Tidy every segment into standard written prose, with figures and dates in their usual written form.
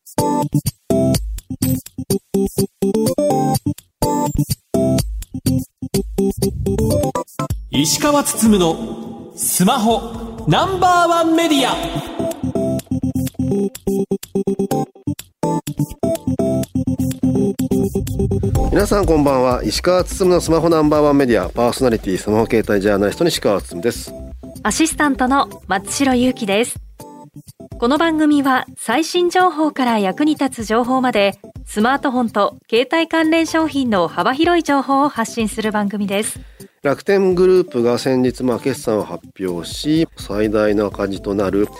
石川つつむのスマホナンバーワンメディア。 皆さんこんばんは。石川つつむのスマホナンバーワンメディアパーソナリティスマホ携帯ジャーナリストの石川つつむです。 アシスタントの松代ゆうきです。この番組は最新情報から役に立つ情報までスマートフォンと携帯関連商品の幅広い情報を発信する番組です。 楽天グループが先日決算を発表し、最大の赤字となる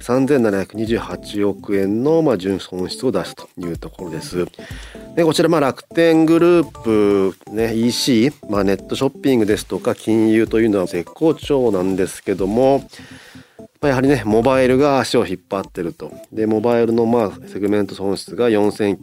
3728億円の純損失を出すというところです。でこちら楽天グループ、EC、ネットショッピングですとか金融というのは絶好調なんですけども、やはりモバイルが足を引っ張ってると。でモバイルのセグメント損失が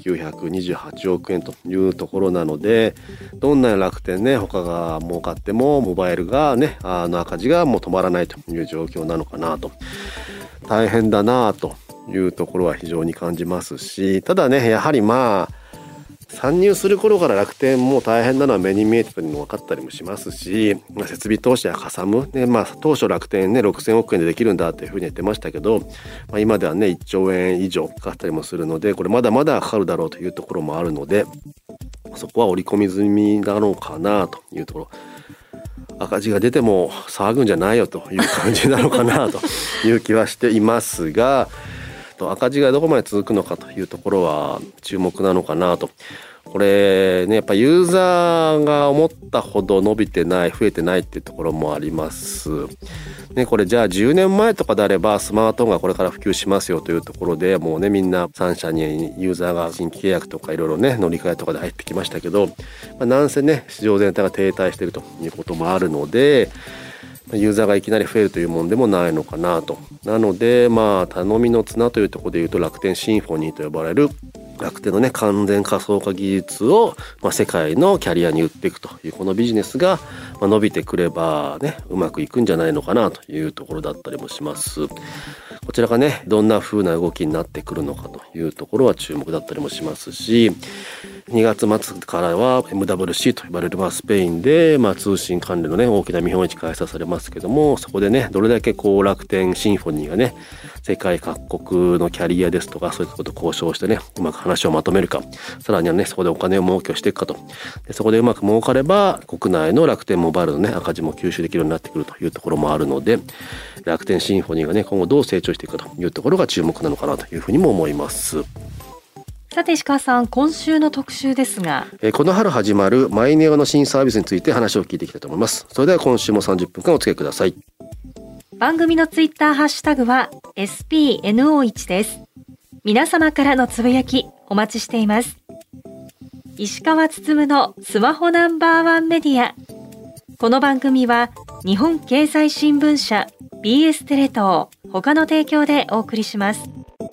4928億円というところなので、どんな楽天他が儲かってもモバイルが赤字がもう止まらないという状況なのかなと。大変だなというところは非常に感じますし、ただやはり参入する頃から楽天も大変なのは目に見えてたのも分かったりもしますし、設備投資やかさむ、当初楽天6000億円でできるんだっていうふうに言ってましたけど、今では1兆円以上かかったりもするので、これまだまだかかるだろうというところもあるので、そこは織り込み済みなのかなというところ。赤字が出ても騒ぐんじゃないよという感じなのかなという気はしていますが、赤字がどこまで続くのかというところは注目なのかなと。これやっぱユーザーが思ったほど伸びてない、増えてないっていうところもありますこれじゃあ10年前とかであればスマートフォンがこれから普及しますよというところでもうみんな3社にユーザーが新規契約とかいろいろ乗り換えとかで入ってきましたけど、なんせ市場全体が停滞しているということもあるので、ユーザーがいきなり増えるというもんでもないのかなと。なので頼みの綱というところでいうと楽天シンフォニーと呼ばれる楽天の完全仮想化技術を世界のキャリアに売っていくというこのビジネスが伸びてくればうまくいくんじゃないのかなというところだったりもします。こちらがどんな風な動きになってくるのかというところは注目だったりもしますし、2月末からは MWC と呼ばれるスペインで通信関連の大きな見本市開催されますけども、そこでどれだけ楽天シンフォニーが世界各国のキャリアですとかそういうことを交渉してうまく話をまとめるか、さらにはそこでお金を儲けをしていくかと。でそこでうまく儲かれば国内の楽天モバイルの赤字も吸収できるようになってくるというところもあるので、楽天シンフォニーが今後どう成長していくかというところが注目なのかなというふうにも思います。 さて石川さん、今週の特集ですが、 この春始まるマイネオの新サービスについて話を聞いていきたいと思います。それでは今週も30分間お付き合いください。 番組のツイッターハッシュタグは SPNO1 です。皆様からのつぶやきお待ちしています。石川つつむのスマホナンバーワンメディア。この番組は日本経済新聞社、 BS テレ東他の提供でお送りします。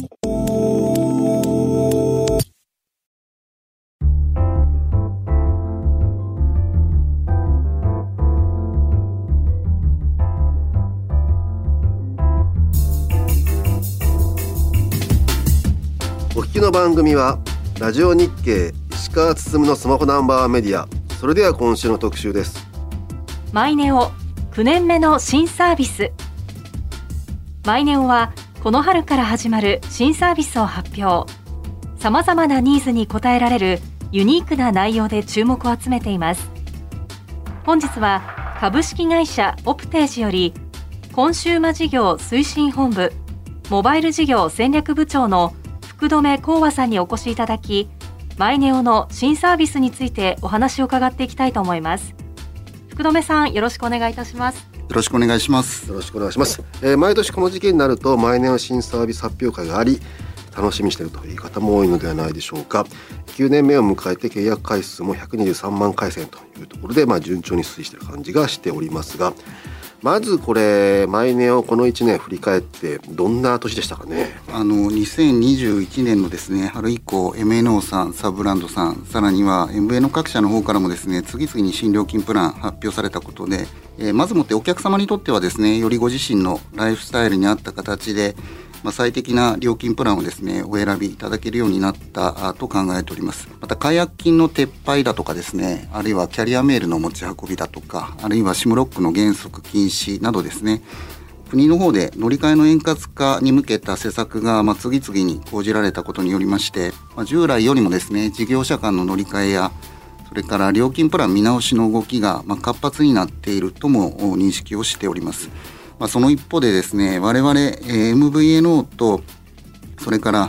お聞きの番組はラジオ日経石川つつむのスマホナンバーワンメディア。それでは今週の特集です。 マイネオ9年目の新サービス。マイネオはこの春から始まる新サービスを発表。さまざまなニーズに応えられるユニークな内容で注目を集めています。本日は株式会社オプテージよりコンシューマ事業推進本部モバイル事業戦略部長の福留光和さんにお越しいただき、マイネオの新サービスについてお話を伺っていきたいと思います。福留さん、よろしくお願いいたします。 よろしくお願いします。 よろしくお願いします。毎年この時期になるとマイネオ新サービス発表会があり、楽しみにしているという方も多いのではないでしょうか。9年目を迎えて契約回数も123万回線というところで、順調に推移している感じがしておりますが、まずこれマイネオこの1年振り返ってどんな年でしたかね。 2021年のですね春以降 MNO さん、サブランドさん、さらには MVNO 各社の方からもですね次々に新料金プラン発表されたことで、まずもってお客様にとってはですねよりご自身のライフスタイルに合った形で最適な料金プランをですねお選びいただけるようになったと考えております。また解約金の撤廃だとかですね、あるいはキャリアメールの持ち運びだとか、あるいはSIMロックの原則禁止などですね、国の方で乗り換えの円滑化に向けた施策が次々に講じられたことによりまして、従来よりもですね事業者間の乗り換えや、それから料金プラン見直しの動きが活発になっているとも認識をしております。その一方でですね、我々 MVNO とそれから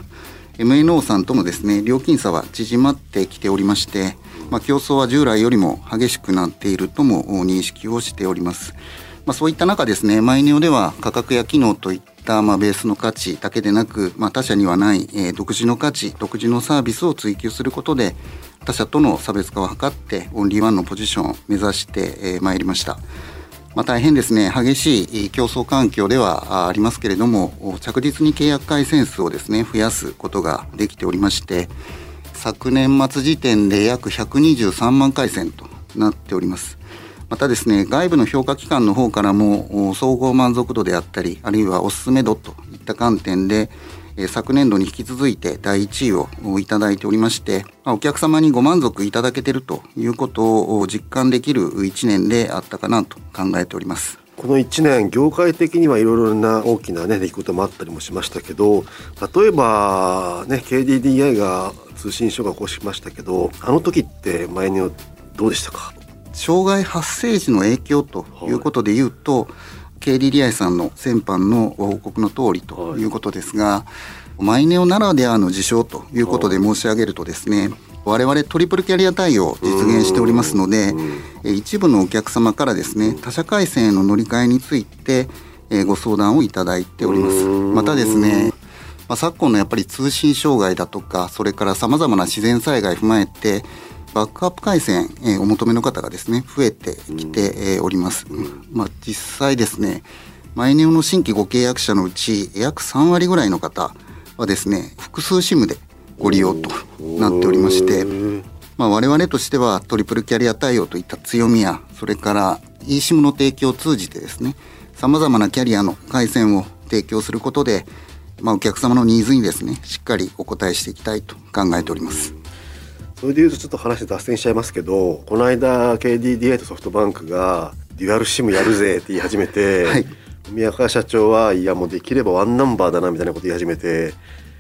MNO さんともですね料金差は縮まってきておりまして、競争は従来よりも激しくなっているとも認識をしております。そういった中ですね、マイネオでは価格や機能といったベースの価値だけでなく、他社にはない独自の価値、独自のサービスを追求することで他社との差別化を図ってオンリーワンのポジションを目指してまいりました。大変ですね激しい競争環境ではありますけれども、着実に契約回線数をですね増やすことができておりまして、昨年末時点で約123万回線となっております。またですね、外部の評価機関の方からも総合満足度であったり、あるいはおすすめ度といった観点で昨年度に引き続いて第1位をいただいておりまして、お客様にご満足いただけているということを実感できる1年であったかなと考えております。 この1年業界的にはいろいろな大きな出来事もあったりもしましたけど、例えばKDDI が通信障害を起こしましたけど、あの時ってマイネオどうでしたか？ 障害発生時の影響ということでいうと、KDDI さんの先般の報告の通りということですが、マイネオならではの事象ということで申し上げるとですね、我々トリプルキャリア対応を実現しておりますので、一部のお客様からですね他社回線への乗り換えについてご相談をいただいております。またですね、昨今のやっぱり通信障害だとか、それからさまざまな自然災害を踏まえてバックアップ回線お求めの方がですね増えてきております。実際ですね、マイネオの新規ご契約者のうち約3割ぐらいの方はですね複数 SIM でご利用となっておりまして、我々としてはトリプルキャリア対応といった強みや、それから eSIM の提供を通じてですねさまざまなキャリアの回線を提供することで、お客様のニーズにですねしっかりお応えしていきたいと考えております。 それでいうとちょっと話脱線しちゃいますけど、この間 KDDI とソフトバンクがデュアル SIM やるぜって言い始めて、はい、宮川社長はいやもうできればワンナンバーだなみたいなこと言い始めて、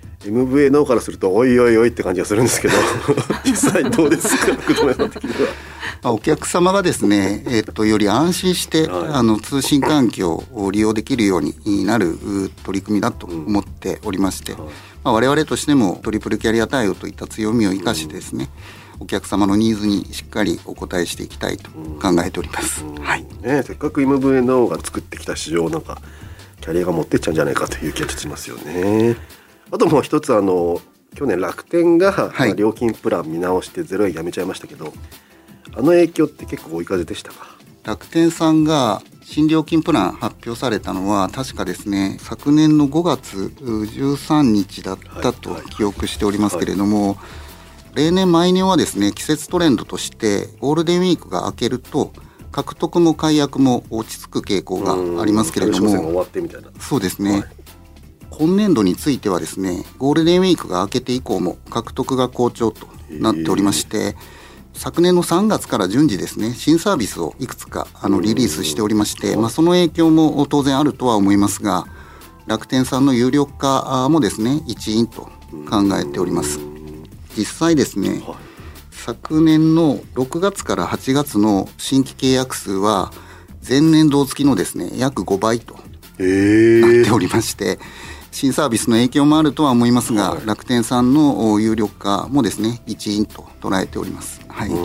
MVNO からするとおいおいおいって感じがするんですけど実際どうですか？福留さん的には。 お客様がですね、より安心して、通信環境を利用できるようになる取り組みだと思っておりまして、我々としてもトリプルキャリア対応といった強みを生かしてですね、お客様のニーズにしっかりお応えしていきたいと考えております。 せっかく MVNO が作ってきた市場をキャリアが持ってっちゃうんじゃないかという気がしますよね。あともう一つ去年楽天が料金プラン見直して0円やめちゃいましたけど、あの影響って結構追い風でしたか？ 楽天さんが新料金プラン発表されたのは確かですね昨年の5月13日だったと記憶しておりますけれども、例年マイネオはですね季節トレンドとしてゴールデンウィークが明けると獲得も解約も落ち着く傾向がありますけれども、そうですね、今年度についてはですねゴールデンウィークが明けて以降も獲得が好調となっておりまして、昨年の3月から順次ですね新サービスをいくつかリリースしておりまして、その影響も当然あるとは思いますが、楽天さんの有料化もですね一因と考えております。実際ですね、昨年の6月から8月の新規契約数は前年同月のですね約5倍となっておりまして、新サービスの影響もあるとは思いますが、楽天さんの有料化もですね一因と捉えております。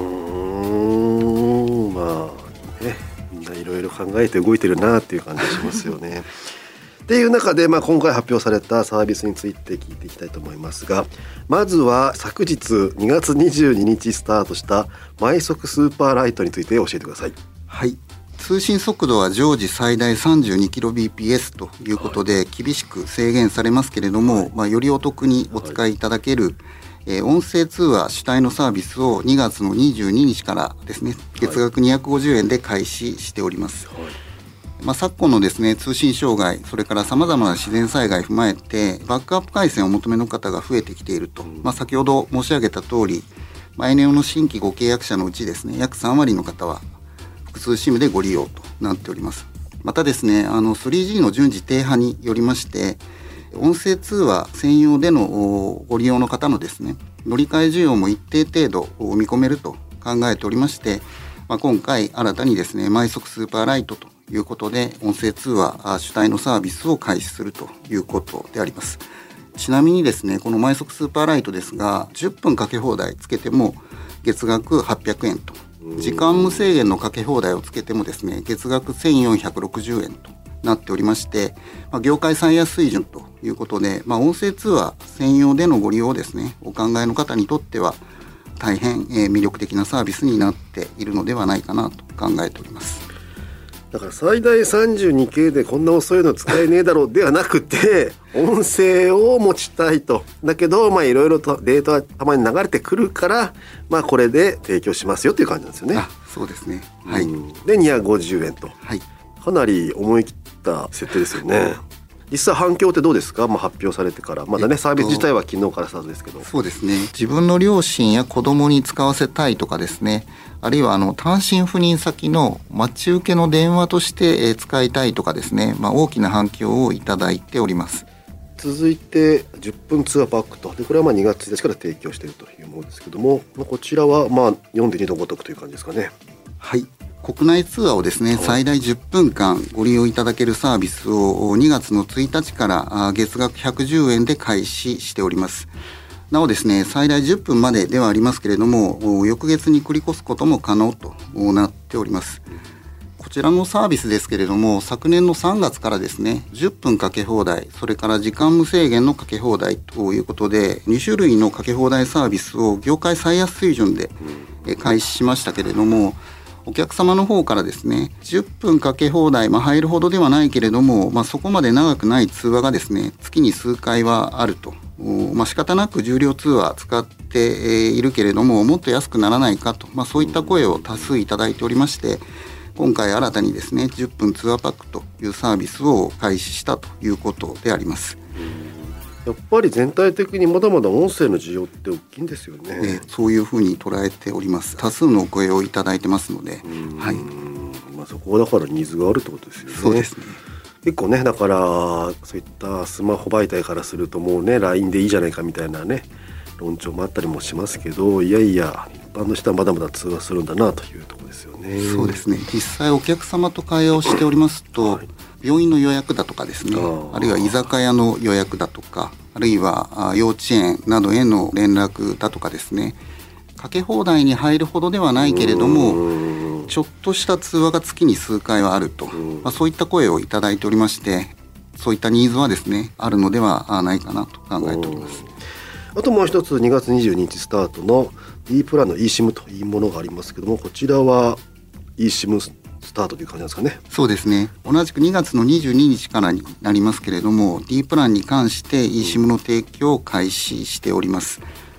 みんないろいろ考えて動いてるなっていう感じがしますよねっていう中で、今回発表されたサービスについて聞いていきたいと思いますが、まずは昨日2月22日スタートしたマイ速スーパーライトについて教えてください。 通信速度は常時最大 32kbps ということで厳しく制限されますけれども、よりお得にお使いいただける、音声通話主体のサービスを2月の22日からですね月額250円で開始しております。 昨今のですね、通信障害、それから様々な自然災害を踏まえて、バックアップ回線をお求めの方が増えてきていると。先ほど申し上げた通り、エネオの新規ご契約者のうちですね、約3割の方は複数 SIM でご利用となっております。またですね、3G の順次低波によりまして、音声通話専用でのご利用の方のですね、乗り換え需要も一定程度見込めると考えておりまして、今回新たにですね、マイ速スーパーライトということで、音声通話主体のサービスを開始するということであります。ちなみにですね、このマイ速スーパーライトですが、10分かけ放題つけても月額800円と、時間無制限のかけ放題をつけてもですね、月額1460円となっておりまして、業界最安水準ということで、音声通話専用でのご利用をですね、お考えの方にとっては大変魅力的なサービスになっているのではないかなと考えております。 だから最大 32K でこんな遅いの使えねえだろうではなくて、音声を持ちたいと。だけどいろいろとデータがたまに流れてくるから、これで提供しますよという感じなんですよね。 そうですね。はい。 で250円と、 はい、 かなり思い切った設定ですよね。実際反響ってどうですか？発表されてからまだね、サービス自体は昨日からスタートですけど。 そうですね、自分の両親や子供に使わせたいとかですね、あるいは単身赴任先の待ち受けの電話として使いたいとかですね、大きな反響をいただいております。 続いて10分通話パックと、でこれは2月1日から提供しているというものですけども、こちらは4.2のごとくという感じですかね。 はい、国内通話をですね、最大10分間ご利用いただけるサービスを2月の1日から月額110円で開始しております。なおですね、最大10分までではありますけれども、翌月に繰り越すことも可能となっております。こちらのサービスですけれども、昨年の3月からですね、10分かけ放題、それから時間無制限のかけ放題ということで、2種類のかけ放題サービスを業界最安水準で開始しましたけれども、お客様の方からですね、10分かけ放題、入るほどではないけれども、そこまで長くない通話がですね、月に数回はあると。仕方なく重量通話使っているけれども、もっと安くならないかと、そういった声を多数いただいておりまして、今回新たにですね、10分通話パックというサービスを開始したということであります。 やっぱり全体的にまだまだ音声の需要って大きいんですよね。 そういうふうに捉えております。多数のお声をいただいてますので、はい、 そこはだからニーズがあるってことですよね。 そうですね。 結構ね、だからそういったスマホ媒体からするともうね LINE でいいじゃないかみたいなね論調もあったりもしますけど、いやいや一般の人はまだまだ通話するんだなというところですよね。 そうですね。実際お客様と会話をしておりますと、病院の予約だとかですね、あるいは居酒屋の予約だとか、あるいは幼稚園などへの連絡だとかですね、かけ放題に入るほどではないけれども、ちょっとした通話が月に数回はあると、そういった声をいただいておりまして、そういったニーズはですね、あるのではないかなと考えております。 あともう一つ2月22日スタートの D プランの eSIM というものがありますけども、こちらは eSIM スタートという感じなんですかね。 そうですね。同じく2月の22日からになりますけれども、 D プランに関して eSIM の提供を開始しております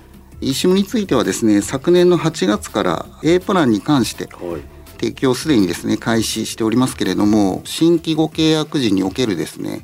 。eSIM についてはですね、昨年の8月から A プランに関して提供すでにですね開始しておりますけれども、新規ご契約時におけるですね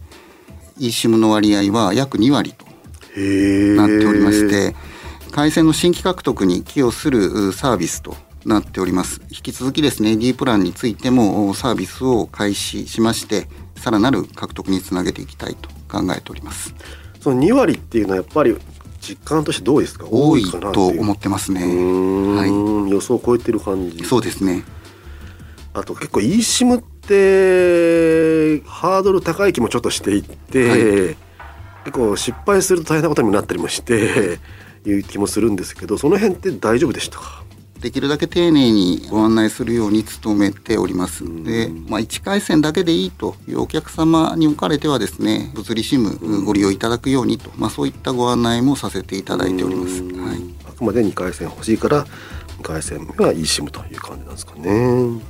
eSIM の割合は約2割となっておりまして、回線の新規獲得に寄与するサービスとなっております。引き続きですね D プランについてもサービスを開始しまして、さらなる獲得につなげていきたいと考えております。 その2割っていうのはやっぱり実感としてどうですか？ 多いと思ってますね。 はい、予想を超えてる感じ。 そうですね。 あと結構 eSIM ってハードル高い気もちょっとしていて、結構失敗すると大変なことにもなったりもしていう気もするんですけど、その辺って大丈夫でしたか？ できるだけ丁寧にご案内するように努めております。で、1回線だけでいいというお客様におかれてはですね、物理 SIM ご利用いただくようにと、そういったご案内もさせていただいております。 あくまで2回線欲しいから2回線が eSIM という感じなんですかね。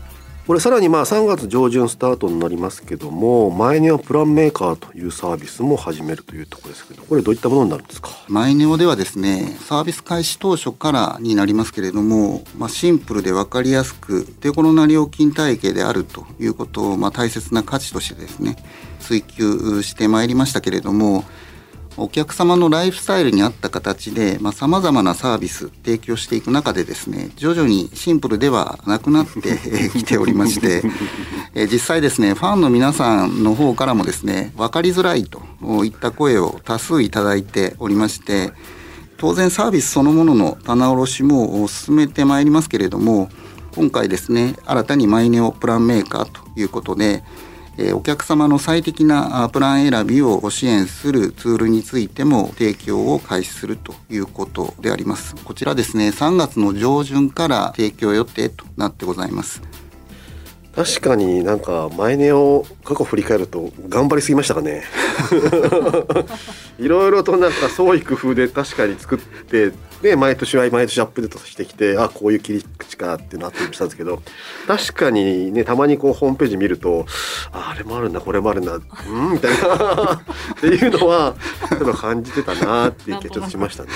これさらに3月上旬スタートになりますけども、マイネオプランメーカーというサービスも始めるというところですけど、これどういったものになるんですか？ マイネオではですね、サービス開始当初からになりますけれども、シンプルで分かりやすく手頃な料金体系であるということを大切な価値としてですね追求してまいりましたけれども、お客様のライフスタイルに合った形でさまざまなサービス提供していく中でですね、徐々にシンプルではなくなってきておりまして実際ですね、ファンの皆さんの方からもですね、分かりづらいといった声を多数いただいておりまして、当然サービスそのものの棚卸しも進めてまいりますけれども、今回ですね、新たにマイネオプランメーカーということで、お客様の最適なプラン選びを支援するツールについても提供を開始するということであります。こちらですね、3月の上旬から提供予定となってございます。 確かにマイネオ過去振り返ると頑張りすぎましたかねいろいろと創意工夫で確かに作ってで、毎年アップデートしてきて、こういう切り口かってなってしたんですけど、確かにね、たまにホームページ見るとあれもあるんだこれもあるんだみたいなっていうのはちょっと感じてたなっていう気がちょっとしましたね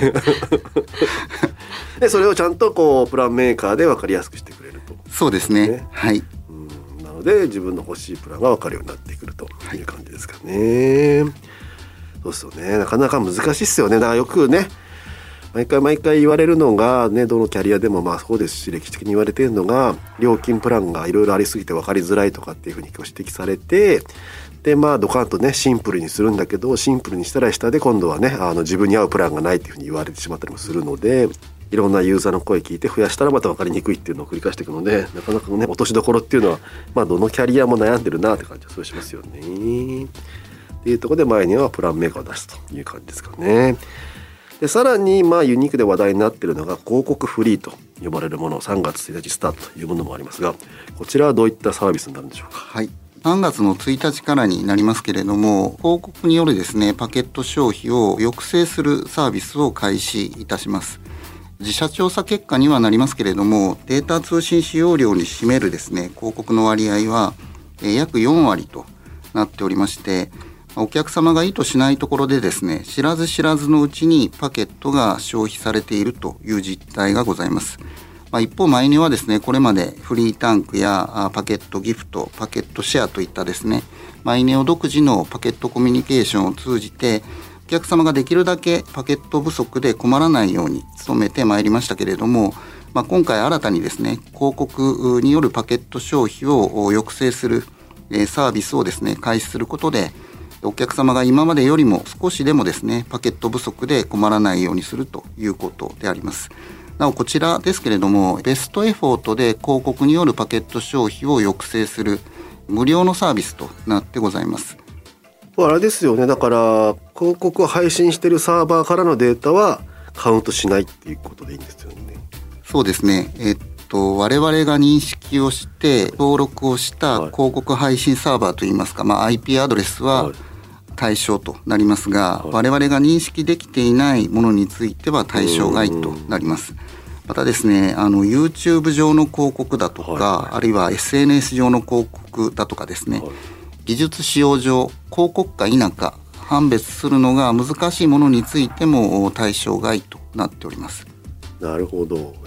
でそれをちゃんとプランメーカーで分かりやすくしてくれると。 そうですね、はい。 なので自分の欲しいプランが分かるようになってくるという感じですかね。そうですよね、なかなか難しいですよね。だからよくね、毎回言われるのがね、どのキャリアでもそうですし、歴史的に言われているのが、料金プランがいろいろありすぎて分かりづらいとかっていうふうに指摘されて、でドカンとねシンプルにするんだけど、シンプルにしたら下で今度はね自分に合うプランがないっていうふうに言われてしまったりもするので、いろんなユーザーの声聞いて増やしたらまた分かりにくいっていうのを繰り返していくので、なかなかね落としどころっていうのはどのキャリアも悩んでるなって感じはそうしますよね。っていうところで前にはプランメーカーを出すという感じですかね。でさらにユニークで話題になっているのが広告フリーと呼ばれるもの、3月1日スタートというものもありますが、こちらはどういったサービスになるんでしょうか？ はい、3月の1日からになりますけれども、広告によるですねパケット消費を抑制するサービスを開始いたします。自社調査結果にはなりますけれども、データ通信使用量に占めるですね広告の割合は約4割となっておりまして、お客様が意図しないところでですね、知らず知らずのうちにパケットが消費されているという実態がございます。一方マイネはですね、これまでフリータンクやパケットギフト、パケットシェアといったですね、マイネオ独自のパケットコミュニケーションを通じて、お客様ができるだけパケット不足で困らないように努めてまいりましたけれども、今回新たにですね、広告によるパケット消費を抑制するサービスをですね、開始することで、お客様が今までよりも少しでもですね、パケット不足で困らないようにするということであります。なおこちらですけれども、ベストエフォートで広告によるパケット消費を抑制する無料のサービスとなってございます。 あれですよね、だから広告を配信しているサーバーからのデータはカウントしないっていうことでいいんですよね。 そうですね、我々が認識をして登録をした広告配信サーバーといいますか、IP アドレスは対象となりますが、我々が認識できていないものについては対象外となります。またですね、YouTube 上の広告だとか、あるいは SNS 上の広告だとかですね、技術使用上広告か否か判別するのが難しいものについても対象外となっております。 なるほど。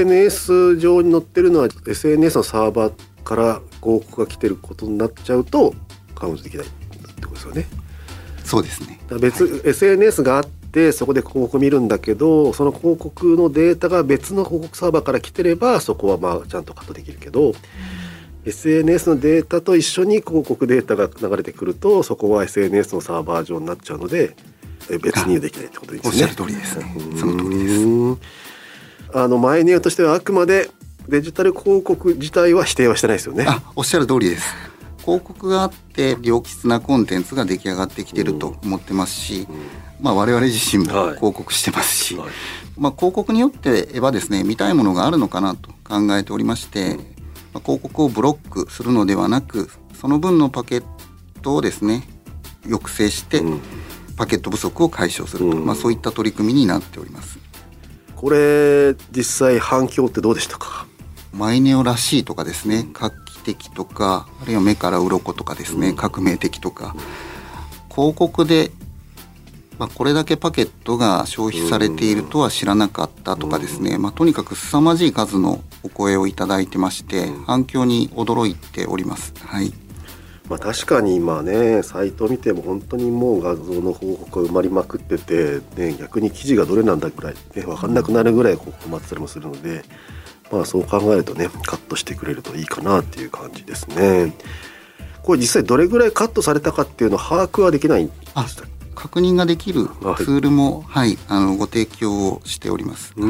SNS 上に載ってるのは SNS のサーバーから広告が来てることになっちゃうとカウントできないってことですよね。 そうですね。 別、SNS があってそこで広告見るんだけど、その広告のデータが別の広告サーバーから来てればそこはちゃんとカットできるけど、SNS のデータと一緒に広告データが流れてくるとそこは SNS のサーバー上になっちゃうので別にできないってことですね。 おっしゃる通りですね。その通りです。 マイネオとしてはあくまでデジタル広告自体は否定はしてないですよね。 おっしゃる通りです。広告があって良質なコンテンツが出来上がってきてると思ってますし、我々自身も広告してますし、広告によってはですね、見たいものがあるのかなと考えておりまして、広告をブロックするのではなく、その分のパケットをですね抑制してパケット不足を解消すると、そういった取り組みになっております。 これ実際反響ってどうでしたか？ マイネオらしいとかですね、画的とか、あるいは目から鱗とかですね、革命的とか、広告でこれだけパケットが消費されているとは知らなかったとかですね、とにかく凄まじい数のお声をいただいてまして、反響に驚いております。はい。 確かに今ね、サイトを見ても本当にもう画像の広告が埋まりまくってて、逆に記事がどれなんだぐらい、分かんなくなるぐらい埋まってたりもするので、そう考えるとね、カットしてくれるといいかなっていう感じですね。これ実際どれぐらいカットされたかっていうのを把握はできないんですか？ 確認ができるツールも、ご提供をしております。 これ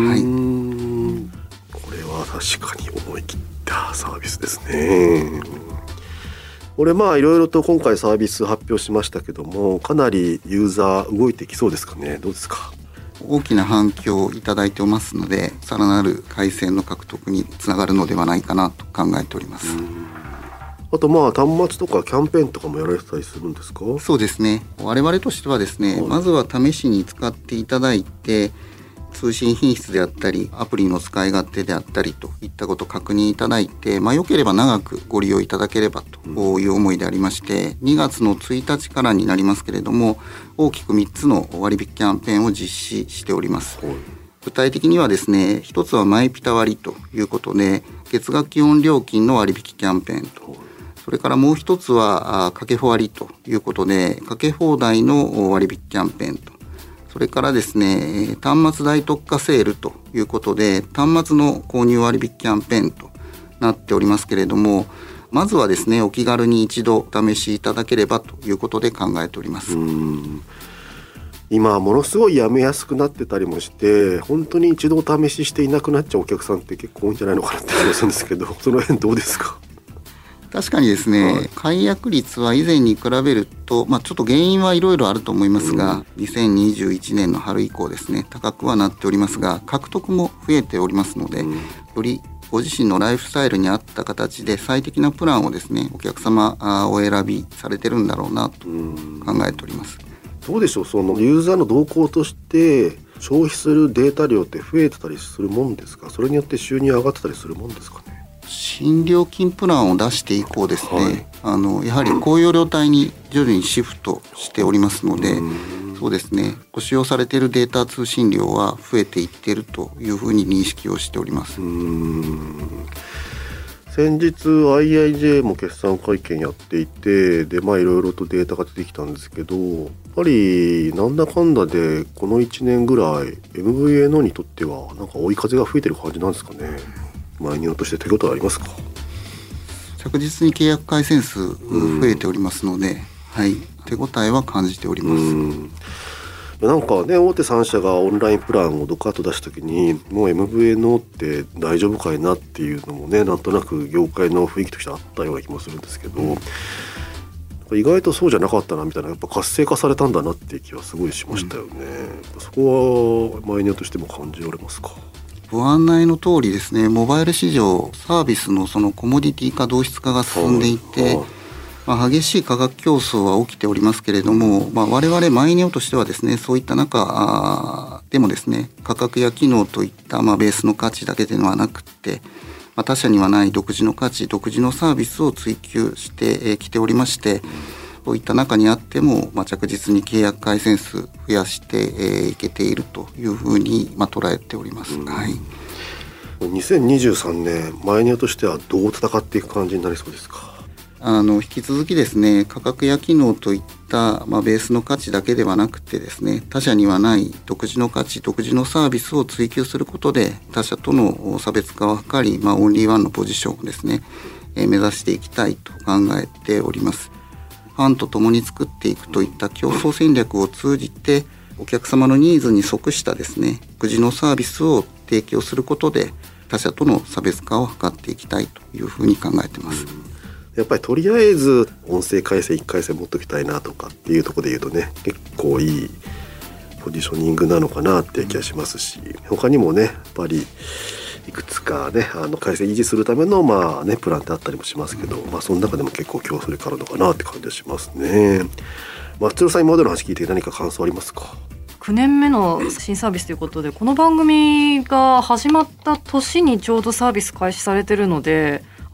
は確かに思い切ったサービスですね。これいろいろと今回サービス発表しましたけども、かなりユーザー動いてきそうですかね。どうですか？ 大きな反響をいただいておりますので、さらなる回線の獲得につながるのではないかなと考えております。 あと端末とかキャンペーンとかもやられてたりするんですか？ そうですね。我々としてはですね、まずは試しに使っていただいて、通信品質であったりアプリの使い勝手であったりといったことを確認いただいて、良ければ長くご利用いただければという思いでありまして、2月の1日からになりますけれども、大きく3つの割引キャンペーンを実施しております。具体的にはですね、一つはマイピタ割ということで、月額基本料金の割引キャンペーンと、それからもう一つはかけ放割ということで、かけ放題の割引キャンペーンと、それからですね、端末大特価セールということで、端末の購入割引キャンペーンとなっておりますけれども、まずはですね、お気軽に一度お試しいただければということで考えております。 今ものすごいやめやすくなってたりもして、本当に一度お試ししていなくなっちゃうお客さんって結構多いんじゃないのかなって気がするんですけど、その辺どうですか？ 確かにですね、解約率は以前に比べると、ちょっと原因はいろいろあると思いますが、2021年の春以降ですね、高くはなっておりますが、獲得も増えておりますので、よりご自身のライフスタイルに合った形で最適なプランをですね、お客様お選びされてるんだろうなと考えております。 どうでしょう、そのユーザーの動向として消費するデータ量って増えてたりするもんですか？それによって収入上がってたりするもんですかね？ 新料金プランを出して以降ですね、やはり高容量帯に徐々にシフトしておりますので、そうですね、ご使用されているデータ通信量は増えていっているというふうに認識をしております。 先日 IIJ も決算会見やっていて、でいろいろとデータが出てきたんですけど、やっぱりなんだかんだでこの1年ぐらい MVNO にとってはなんか追い風が吹いてる感じなんですかね。マイニオとして手応えありますか？ 着実に契約回線数増えておりますので、手応えは感じております。 なんかね、大手3社がオンラインプランをドカッと出した時に、もう MVNO って大丈夫かいなっていうのもね、なんとなく業界の雰囲気としてあったような気もするんですけど、意外とそうじゃなかったなみたいな、やっぱ活性化されたんだなっていう気はすごいしましたよね。そこはマイニオとしても感じられますか？ ご案内の通りですね、モバイル市場サービスのそのコモディティ化同質化が進んでいて、激しい価格競争は起きておりますけれども、我々マイニオとしてはですね、そういった中でもですね、価格や機能といったベースの価値だけではなくて、他社にはない独自の価値、独自のサービスを追求してきておりまして、そういった中にあっても、着実に契約回線数増やしていけているというふうに捉えております。 2023年マイニオとしてはどう戦っていく感じになりそうですか？ 引き続きですね、価格や機能といったベースの価値だけではなくてですね、他社にはない独自の価値、独自のサービスを追求することで他社との差別化を図り、オンリーワンのポジションをですね、目指していきたいと考えております。ファンと共に作っていくといった競争戦略を通じて、お客様のニーズに即したですね、独自のサービスを提供することで他社との差別化を図っていきたいというふうに考えています。 やっぱりとりあえず音声回線1回線持っときたいなとかっていうところで言うとね、結構いいポジショニングなのかなっていう気がしますし、他にもね、やっぱりいくつかね、回線維持するためのプランってあったりもしますけど、その中でも結構競争力あるのかなって感じがしますね。松代さん、今までの話聞いて何か感想ありますか ？9年目の新サービスということで、この番組が始まった年にちょうどサービス開始されてるので、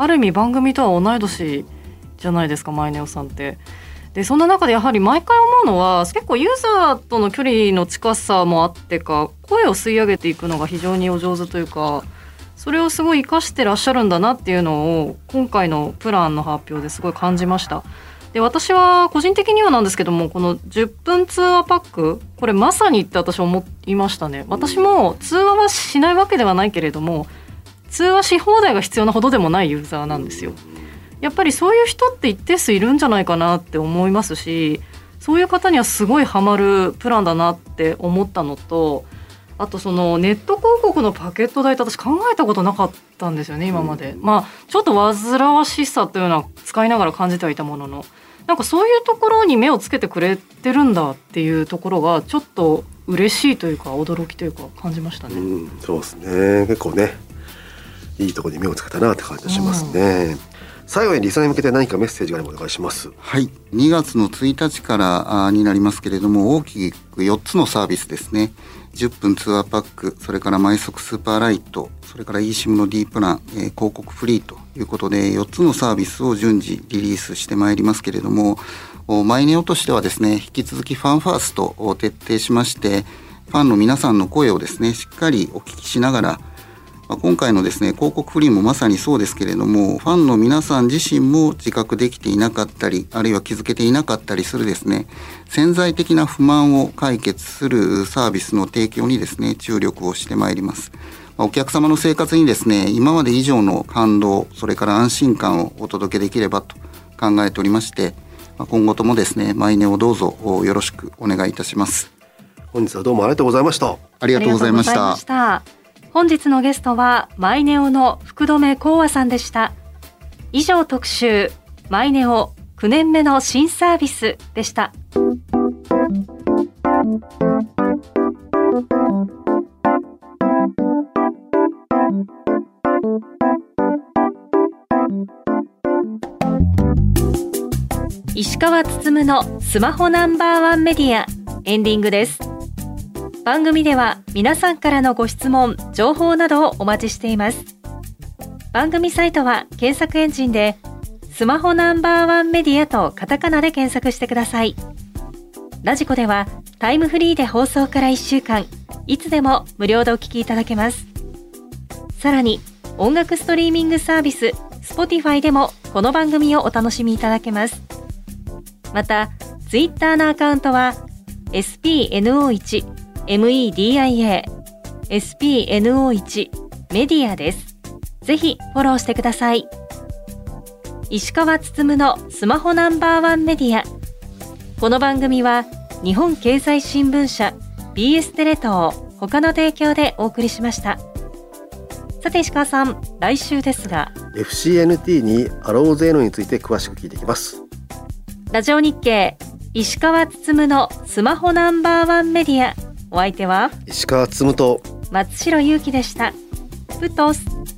ある意味番組とは同い年じゃないですか、マイネオさんって。でそんな中でやはり毎回思うのは、結構ユーザーとの距離の近さもあってか、声を吸い上げていくのが非常にお上手というか、それをすごい活かしてらっしゃるんだなっていうのを今回のプランの発表ですごい感じました。で私は個人的にはなんですけども、この10分通話パック、これまさにって私思いましたね。私も通話はしないわけではないけれども、通話し放題が必要なほどでもないユーザーなんですよ。やっぱりそういう人って一定数いるんじゃないかなって思いますし、そういう方にはすごいハマるプランだなって思ったのと、あとそのネット広告のパケット代って私考えたことなかったんですよね、今まで。ちょっと煩わしさというのは使いながら感じてはいたものの、なんかそういうところに目をつけてくれてるんだっていうところがちょっと嬉しいというか驚きというか感じましたね。 そうですね、結構ねいいところに目をつけたなって感じがしますね。最後にリスナーに向けて何かメッセージがあればお願いします。 はい、2月の1日からになりますけれども、大きく4つのサービスですね。10分通話パック、それからマイソクスーパーライト、それから eSIM の D プラン、広告フリーということで4つのサービスを順次リリースしてまいりますけれども、マイネオとしてはですね、引き続きファンファーストを徹底しまして、ファンの皆さんの声をですねしっかりお聞きしながら、今回のですね広告フリーもまさにそうですけれども、ファンの皆さん自身も自覚できていなかったり、あるいは気づけていなかったりするですね潜在的な不満を解決するサービスの提供にですね注力をしてまいります。お客様の生活にですね今まで以上の感動、それから安心感をお届けできればと考えておりまして、今後ともですねマイネをどうぞよろしくお願いいたします。 本日はどうもありがとうございました。 ありがとうございました。 本日のゲストはマイネオの福留孝和さんでした。以上特集マイネオ9年目の新サービスでした。石川つつむのスマホナンバーワンメディア、エンディングです。番組では皆さんからのご質問、情報などをお待ちしています。番組サイトは検索エンジンでスマホナンバーワンメディアとカタカナで検索してください。ラジコではタイムフリーで放送から1週間いつでも無料でお聞きいただけます。さらに音楽ストリーミングサービス Spotify でもこの番組をお楽しみいただけます。またツイッターのアカウントは SPNO1 MEDIA SPNO1 メディアです。ぜひフォローしてください。石川つつむのスマホナンバーワンメディア。この番組は日本経済新聞社 BS テレ東他の提供でお送りしました。さて石川さん、来週ですが FCNT にアローゼノについて詳しく聞いていきます。 ラジオ日経石川つつむのスマホナンバーワンメディア、お相手は石川つむと松代ゆうきでした。プトス。